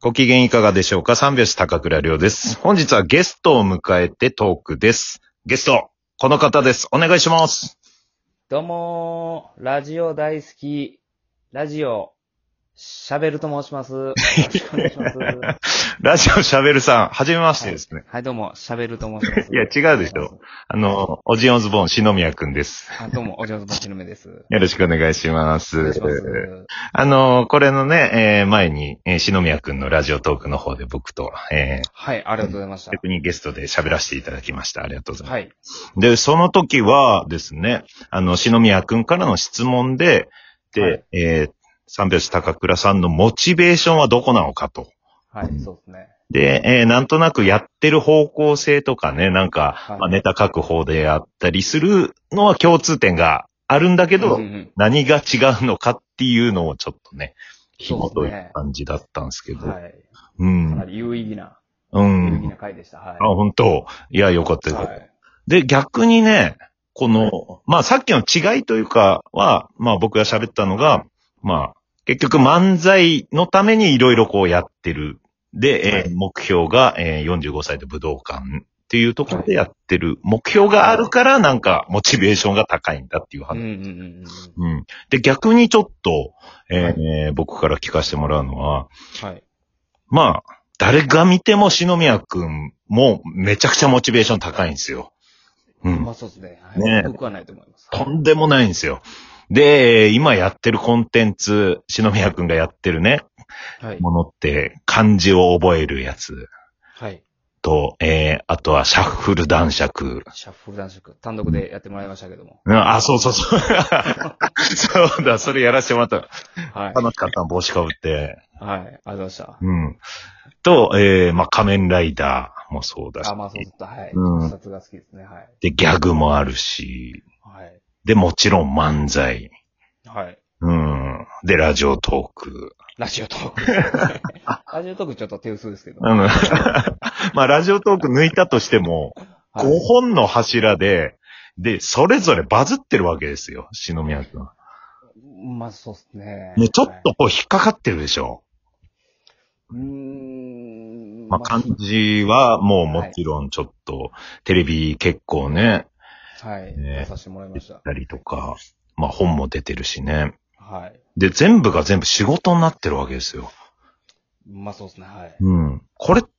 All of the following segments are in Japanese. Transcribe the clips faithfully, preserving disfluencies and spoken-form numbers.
ご機嫌いかがでしょうか？三拍子高倉涼です。本日はゲストを迎えてトークです。ゲスト、この方です。お願いします。 どうもー、ラジオ大好き、ラジオ、しゃべると申します。よろしくお願いします。 ラジオしゃべるさん、はじめましてはい、 ですね。 はい、どうも、しゃべると申します。 いや、違うでしょ。あの、オジンオズボーン、篠宮くんです。 あ、どうも、お上手のしのめです。 よろしくお願いしまおす。 願いします。 あの、これのね、えー前に、えー、篠宮くんのラジオトークの方で僕と、えーはい、ありがとうございました。 逆にゲストで喋らせていただきました。ありがとうございます。 はい。 で、その時はですね、あの、篠宮くんからの質問で、で、 はいえー、三拍子高倉さんのモチベーションはどこなのかと。 はい、そうですね。 で、えー、なんとなくやってる方向性とかね、なんか、 はいまあ、ネタ書く方であったりするのは共通点があるんだけど、 うんうんうん、 何が違うのかっていうのをちょっとね、紐解いそうですねた感じだったんですけど。 はい。 う。 かなんり有意義な、 う有意義ん。 な回でした。はい。 あ、本当。いや、よかったよかった。 はい。 で、逆にね、この、まあさっきの違いというかは、まあ僕が喋ったのが、まあ結局漫才のためにいろいろこうやってる。で、えーはい目標が、えーよんじゅうごさいで武道館っていうところでやってる。目標があるからなんかモチベーションが高いんだっていう話。 うんうんうんうん。 うん。で、逆にちょっと、えーはいえー僕から聞かせてもらうのは、 はい。 まあ、誰が見ても篠宮くんもめちゃくちゃモチベーション高いんですよ。うん。 まあそうですね。はい。 ねえ低くはないと思います。 とんでもないんですよ。で、今やってるコンテンツ、篠宮くんがやってるね、 はい。 ものって、漢字を覚えるやつはい。 と、えー、あとはシャッフル男爵。 シャッフル男爵、単独でやってもらいましたけども。 うんあ、そうそうそう。そうだ、それやらせてもらった。 はい。 楽しかった帽子かぶって。 はい。ありがとうございました。 うん。と、えー、まあ、仮面ライダーもそうだし。 あ、まあそうすった。はい。 うん特撮が好きですね。はい。 で、ギャグもあるし。 はい。 で、もちろん漫才。 はい。 うん。で、ラジオトーク。 ラジオトークですね。ラジオトークちょっと手薄ですけど。 うん。まあ、ラジオトーク抜いたとしても、 はいごほんの柱で、で、それぞれバズってるわけですよ、篠宮くんは。 まあそうですね。 ね、ちょっはいとこう引っかかってるでしょ。 うーん。 まあ、漢字はもうもちろんちょっと、テレビ結構ね、 はい。 ね出させてもらいました。 たりとか、まあ本も出てるしね。 はい。 で、全部が全部仕事になってるわけですよ。 まあそうですね。はい。 うん。これって、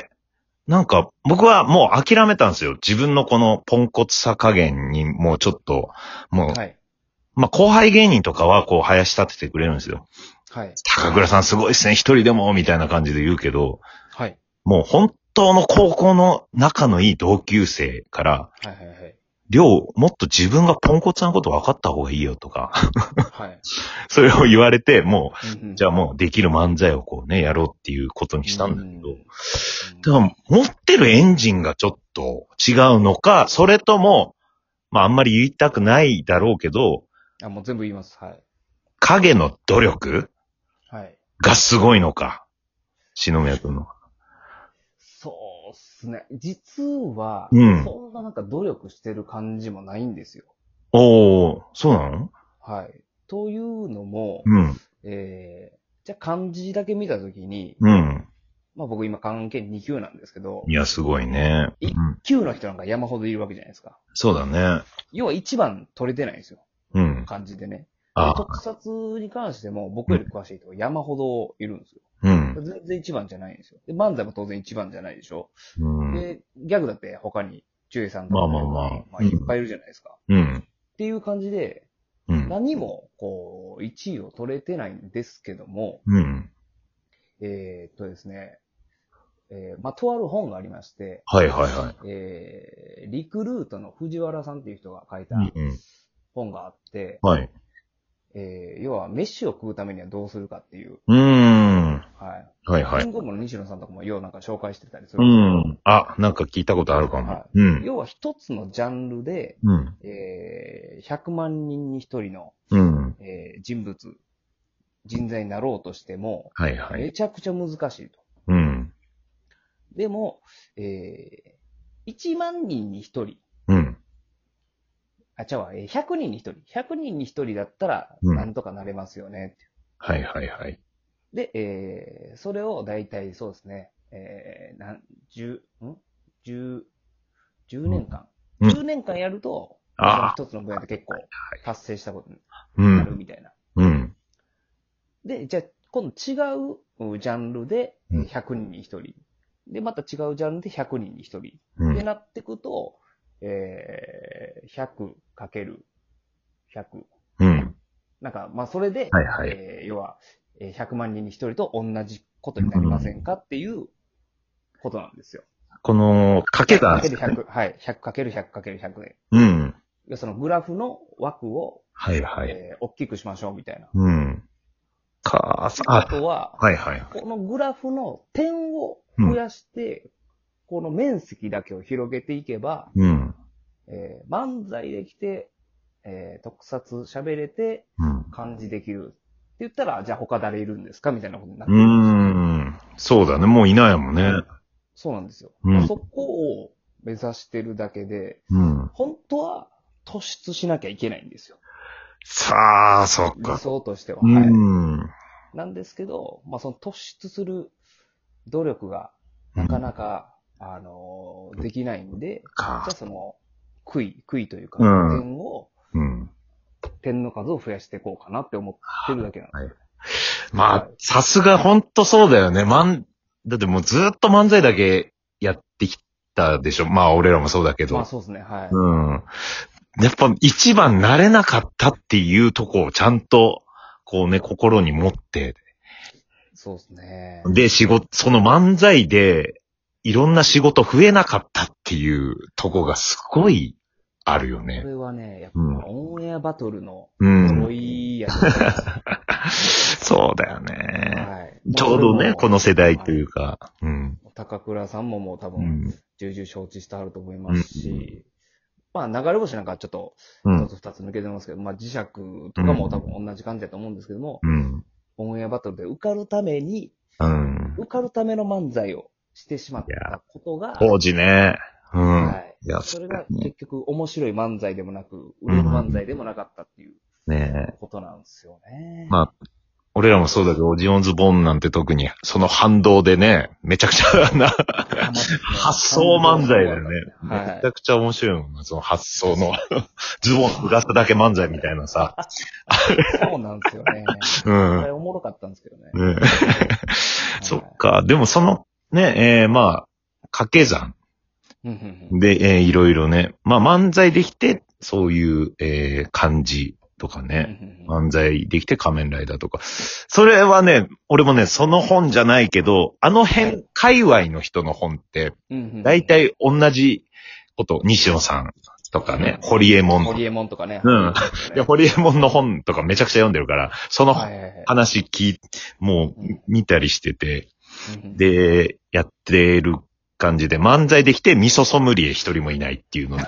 なんか、僕はもう諦めたんですよ。自分のこのポンコツさ加減にもうちょっと、もう、 はい。 まあ後輩芸人とかはこう林立ててくれるんですよ。 はい。 高倉さんすごいですね、一人でも、みたいな感じで言うけど、 はい。 もう本当の高校の仲のいい同級生から、 はい。はい。はい。 りょう、もっと自分がポンコツなこと分かった方がいいよとか、 はい。 それを言われて、もうんうう、じゃあもうできる漫才をこうね、やろうっていうことにしたんだけど、 うんだから持ってるエンジンがちょっと違うのか、それとも、まああんまり言いたくないだろうけど、 あ、もう全部言います。はい。 影の努力はい。 がすごいのか、篠宮くんの。 そうっすね。実は、 うんそんななんか努力してる感じもないんですよ。 おー、そうなの？ はい。というのも、 うん、 えー、じゃあ漢字だけ見たときに、 うん。 まあ僕今関係に級なんですけどい、や、すごいね。ういっん、 級の人なんか山ほどいるわけじゃないですか。 そうだね。 要はいちばん取れてないんですよ。 うん。 漢字でね。 あ特撮に関しても僕より詳しい人が山ほどいるんですよ。 うん。 全然いちばんじゃないんですよ。で、漫才も当然いちばんじゃないでしょ。 うん。 で、ギャグだって他に、中英さんとかまあまあまあまあいっぱいいるじゃないですか。 うん。 っていう感じで、 うん。 何も、こう、いちいを取れてないんですけども、 うん。 えー、っとですね、えー、まあ、とある本がありまして、 はいはいはえー、リクルートの藤原さんっていう人が書いたい。うん。 本があって、 はい。 えー、要は飯を食うためにはどうするかっていう、 うーん。 はい。 はいはい。 キングオブの西野さんとかも要なんか紹介してたりすうるんですん。あ、なんか聞いたことあるかも。 はうん。 要は一つのジャンルで、 うん。 えー、ひゃくまん人に一人の、 うん。 えー、人物、人材になろうとしても、 はいはい。 めちゃくちゃ難しいと。 うん。 でも、えー、いちまん人に一人、 うん。 あ、ちゃうわ、えーひゃくにんに一人。ひゃくにんに一人だったら、 うんなんとかなれますよねって。 はいはいはい。 で、えー、それを大体そうですね、えー、なん、十、ん十、十年間。 うん十年間やると、 ああその一つの分野で結構達成したことにうん。 なるみたいな。 うん。 で、じゃあ、今度違うジャンルでうんひゃくにんにひとり。で、また違うジャンルでひゃくにんにひとり。 うん。 ってなってくと、えー、ひゃくかけるひゃく。 うん。 なんか、まあ、それで、 はいはいえー要は、えーひゃくまんにんにひとりと同じことになりませんかっていうことなんですよ。 この、掛け算かけるひゃく、はい。ひゃくかけるひゃくかけるひゃくで。 うん。 そのグラフの枠を、 はいはい。 えー大きくしましょうみたいな。 うん。かってあ、 ことは、 はいはい。 このグラフの点を増やして、この面積だけを広げていけば、 うん。 えー漫才できて、えー特撮喋れて、 うん。 漢字できる。って言ったら、じゃあ他誰いるんですかみたいなことになってうくる。 ん。そうだね。もういないもんね。 そうなんですよ。 うんそこを目指してるだけで、 うん。 本当は突出しなきゃいけないんですよ。 さあ、そっ理か。 想としては。 うはい。 ん。 なんですけど、まあその突出する努力がなかなか、あのーできないんで、 かじゃあその、悔い、悔いというか、 うん点を、 うん。 点の数を増やしていこうかなって思ってるだけなんですよ。 まあはい、 さすがほんとそうだよね。まん、だってもうずっと漫才だけやってきたでしょ。まあ俺らもそうだけど。 まあそうですね、はい。 うん。やっぱ一番慣れなかったっていうとこをちゃんと、こうね、心に持って、 そうですね。 で、仕事、その漫才で、いろんな仕事増えなかったっていうとこがすごいあるよこね。 れはね、やっぱうんオンエアバトルのうん呪いやと思います。 そうだよね。 はい。 ちょうどね、 もそれもこの世代というか。うん。 高倉さんももう多う分、 ん。 重々承知してあると思いますし、 うんまあ流れ星なんかちょっとうん一つ二つ抜けてますけど、まあ磁石とかも多分同じ感じだと思うんですけども、 うん。 オンエアバトルで受かるために、 うん。 受かるための漫才をしてしまったことが、 当時ね。うん。 はい。 いや、 それが結局面白い漫才でもなく、売れる漫才でもなかったっていうねことなんですよね。 まあ、俺らもそうだけど、オジオンズボーンなんて特に、その反動でね、めちゃくちゃな、発想漫才だよね。 はいめちゃくちゃ面白いもんな、その発想の、ズボン脱がすだけ漫才みたいなさ。 そうなんですよね。 うんあれおもろかったんですけどね。 ねそっか。でもその、ね、えー、まあ、掛け算うんうんうんで、えー、いろいろね、まあ漫才できて、そういう、えー、漢字とかね、 うんうん漫才できて仮面ライダーとか。それはね、俺もね、その本じゃないけど、あの辺、界隈の人の本って、 うんうんうん大体同じこと、西野さんとかね、ホリエモン。 ホリエモンとかね。 うん。で、ホリエモンの本とかめちゃくちゃ読んでるから、そのはいはいはい話聞い、もう見たりしてて、 うんうんで、やってる感じで、漫才できて味噌ソムリエ一人もいないっていうので、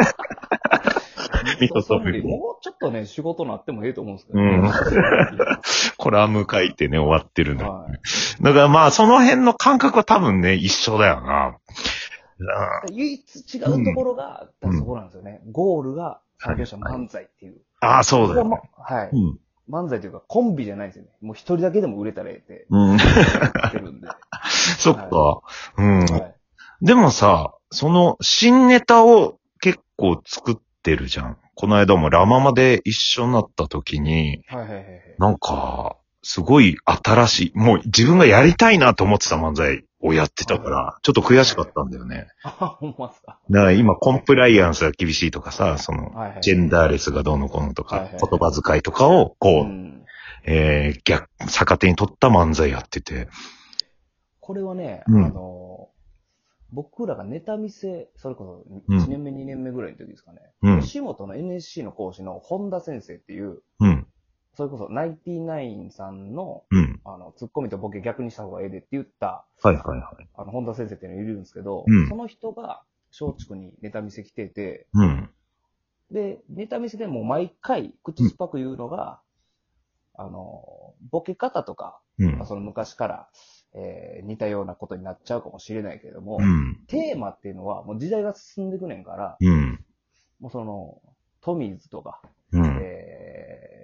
味噌ソムリエもうちょっとね、仕事なってもええと思うんですけどね。 うんコラム書いてね、終わってるんだ。 はいだからまあ、その辺の感覚は多分ね、一緒だよな。 唯一違うところが、 うんそこなんですよね。ゴールが、作業者漫才っていう。 ああ、そうだよ、ね。 ここはまはい、 うん。 漫才というか、コンビじゃないんですよね。もう一人だけでも売れたらええってうん。 言ってるんで。 そっか。うん。 はい。 でもさ、その新ネタを結構作ってるじゃん。この間もラママで一緒になった時に、 はいはいはいはい。 なんか、すごい新しい、もう自分がやりたいなと思ってた漫才をやってたから、ちょっと悔しかったんだよね。 あ、ほんまっすか。 だから今コンプライアンスが厳しいとかさ、その、 はいはいジェンダーレスがどうのこうのとか、 はいはい言葉遣いとかを、こう、 うんえー、逆、逆手に取った漫才やってて。 これはね、 うんあの、僕らがネタ見せ、それこそうんいちねんめ、にねんめぐらいの時ですかね。 うん吉本の エヌエスシー の講師の本田先生っていう、 うん、 それこそナインティナインさんの、 うん。 あの、ツッコミとボケ逆にした方がええでって言った、 はいはいはい。 あの、本田先生っていうのがいるんですけど、 うんその人が松竹にネタ見せ来てて、 うん、 で、ネタ見せでもう毎回口酸っぱく言うのが、あの、ボケ方とか、 うんまあ、その昔から、えー似たようなことになっちゃうかもしれないけれども、 うん、 テーマっていうのはもう時代が進んでいくねんから、 うん、 もうその、トミーズとか、 うん、 え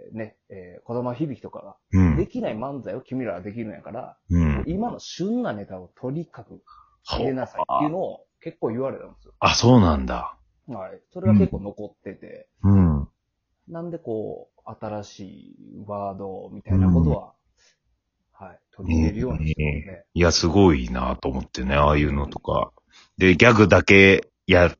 えー、ね、えー、小玉響とかが、 うん。 できない漫才を君らはできるんやから、 うん。 今の旬なネタをとにかく入れなさいっていうのを結構言われたんですよ。 あ、そうなんだ。 はい。それが結構残ってて、 うん。 なんでこう、新しいワードみたいなことは、はい、取り入れるようにしてますね。 いや、すごいなと思ってね、ああいうのとか。で、ギャグだけやって、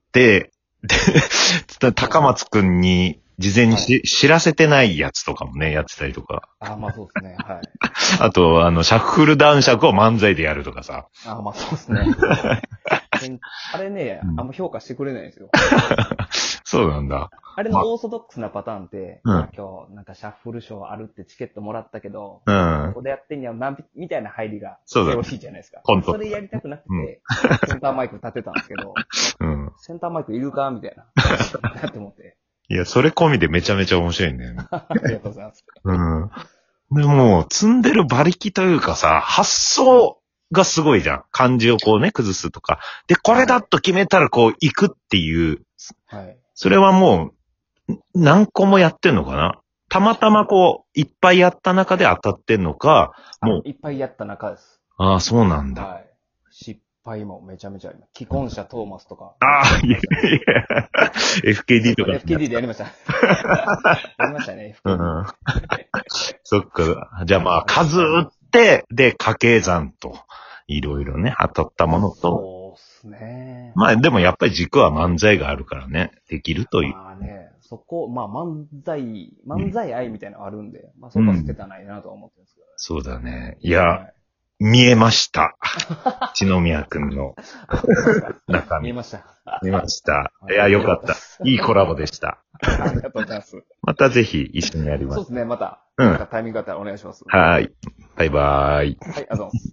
で、高松くんに事前にし、はい、知らせてないやつとかもね、やってたりとか。 ああ、まあそうですね、はい。 あと、あの、シャッフル男爵を漫才でやるとかさ。 ああ、まあそうですね。あれね、あんま評価してくれないんですよ。 そうなんだ。 あれのオーソドックスなパターンって、 うん、 今日なんかシャッフルショーあるってチケットもらったけど、 うん、 ここでやってんやな、みたいな入りがそうだよろしいじゃないですか。 本当。 それやりたくなくて、うん、センターマイク立てたんですけど、うん、センターマイクいるかみたいな。なって思って。 いや、それ込みでめちゃめちゃ面白いんだよね。 ありがとうございます。 うん。でも、積んでる馬力というかさ、発想がすごいじゃん。漢字をこうね、崩すとか。で、これだと決めたらこう、行くっていう。はい。それはもう、何個もやってんのかな？たまたまこう、いっぱいやった中で当たってんのか、もう。 いっぱいやった中です。 ああ、そうなんだ。 はい。失敗もめちゃめちゃあります。既婚者トーマスとか。 ああ、いやいや。エフケーディー とか。 エフケーディー でやりました。やりましたね、エフケーディー。うん、 そっか。じゃあまあ、数打って、で、掛け算と、いろいろね、当たったものと。 そうっすね。 まあ、でもやっぱり軸は漫才があるからね、できるという。 まあね、そこ、まあ漫才、漫才愛みたいなのがあるんで、うん、まあそこは捨てたないなとは思ってるんですけど、ね、 うん。そうだね。いや、はい、見えました。篠宮くんの中身。 見えました。 見ました。いや、よかった。いいコラボでした。 ありがとうございます。 またぜひ一緒にやります。 そうですね、また。 うん。 またタイミングがあったらお願いします。 はい。バイバーイ。 はい、ありがとうございます。